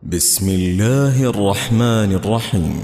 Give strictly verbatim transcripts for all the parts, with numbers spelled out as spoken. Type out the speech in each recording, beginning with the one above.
بسم الله الرحمن الرحيم.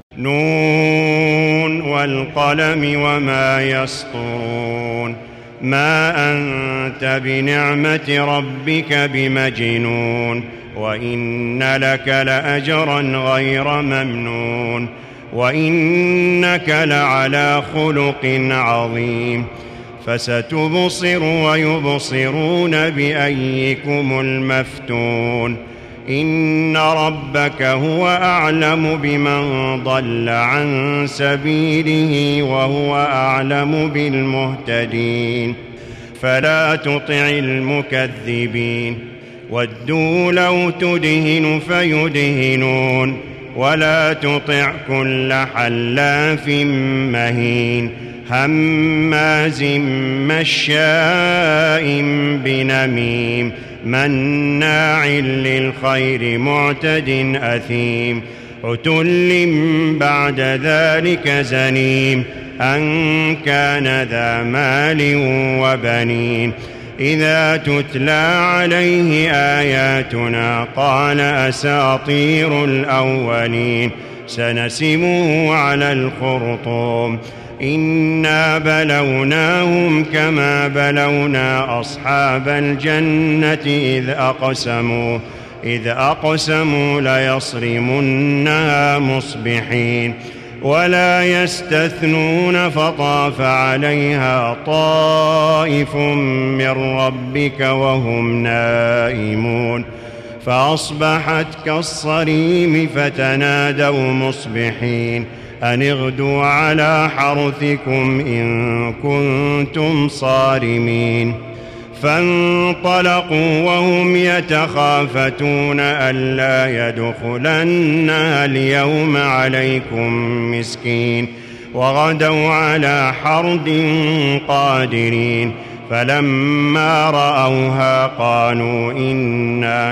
نون والقلم وما يسطرون. ما أنت بنعمة ربك بمجنون، وإن لك لأجرا غير ممنون، وإنك لعلى خلق عظيم. فستبصر ويبصرون بأيكم المفتون. إن ربك هو أعلم بمن ضل عن سبيله وهو أعلم بالمهتدين. فلا تطع المكذبين. ودوا لو تدهن فيدهنون، ولا تطع كل حلاف مهين هماز مشاء بنميم مناع للخير معتد أثيم عتل بعد ذلك زنيم أن كان ذا مال وبنين. إذا تتلى عليه آياتنا قال أساطير الأولين سنسمه على الخرطوم. إنا بلوناهم كما بلونا أصحاب الجنة إذ أقسموا إذ أقسموا ليصرمنها مصبحين ولا يستثنون. فطاف عليها طائف من ربك وهم نائمون فأصبحت كالصريم فتنادوا مصبحين أن اغدوا على حرثكم إن كنتم صارمين. فانطلقوا وهم يتخافتون ألا يدخلنها اليوم عليكم مسكين وغدوا على حرد قادرين. فلما رأوها قالوا إنا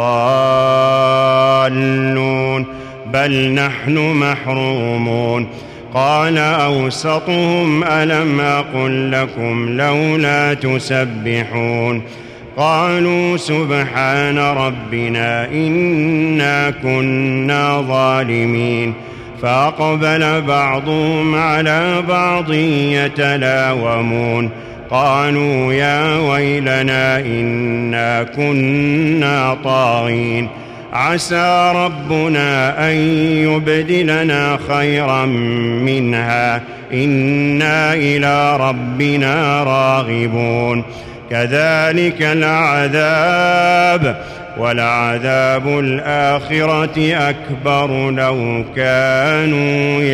لضالون بل نحن محرومون. قال أوسطهم ألم أقل لكم لولا تسبحون. قالوا سبحان ربنا إنا كنا ظالمين. فأقبل بعضهم على بعض يتلاومون قالوا يا ويلنا إنا كنا طاغين. عسى ربنا أن يبدلنا خيرا منها إنا إلى ربنا راغبون. كذلك العذاب ولعذاب الآخرة أكبر لو كانوا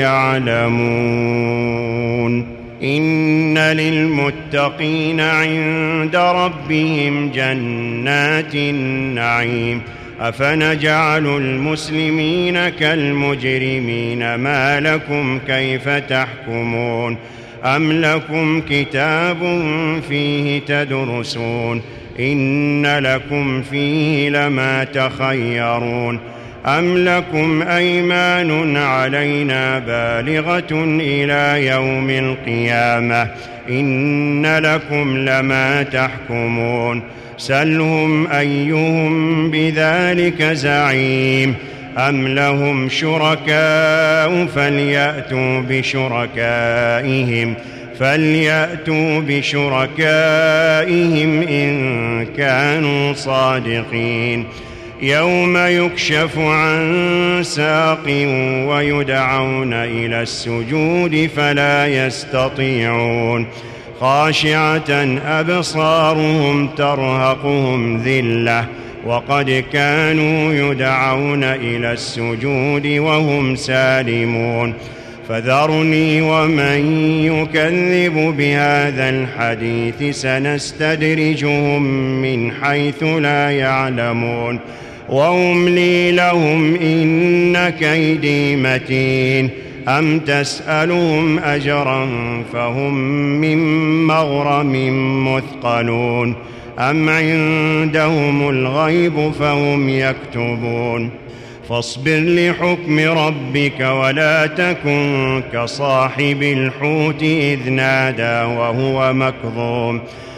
يعلمون. إن للمتقين عند ربهم جنات النعيم. أفنجعل المسلمين كالمجرمين ما لكم كيف تحكمون. أم لكم كتاب فيه تدرسون إن لكم فيه لما تخيرون. أم لكم أيمان علينا بالغة إلى يوم القيامة إن لكم لما تحكمون. سلهم أيهم بذلك زعيم. أم لهم شركاء فليأتوا بشركائهم فليأتوا بشركائهم إن كانوا صادقين. يوم يكشف عن ساق ويدعون إلى السجود فلا يستطيعون. خاشعة أبصارهم ترهقهم ذلة وقد كانوا يدعون إلى السجود وهم سالمون. فذرني ومن يكذب بهذا الحديث سنستدرجهم من حيث لا يعلمون وأملي لهم إن كيدي متين. أم تسألهم أجرا فهم من مغرم مثقلون أم عندهم الغيب فهم يكتبون. فاصبر لحكم ربك ولا تكن كصاحب الحوت إذ نادى وهو مكظوم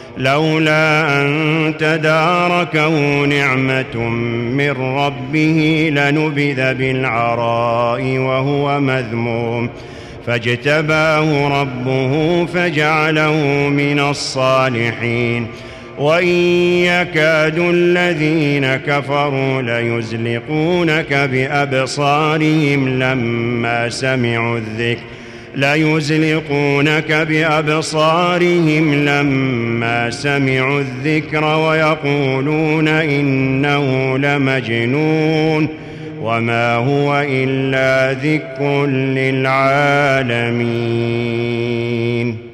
لولا أن تداركه نعمة من ربه لنبذ بالعراء وهو مذموم فاجتباه ربه فجعله من الصالحين وإن يكاد الذين كفروا ليزلقونك بأبصارهم لما سمعوا الذكر ليزلقونك بأبصارهم لما سمعوا الذكر ويقولون إنه لمجنون وما هو إلا ذكر للعالمين.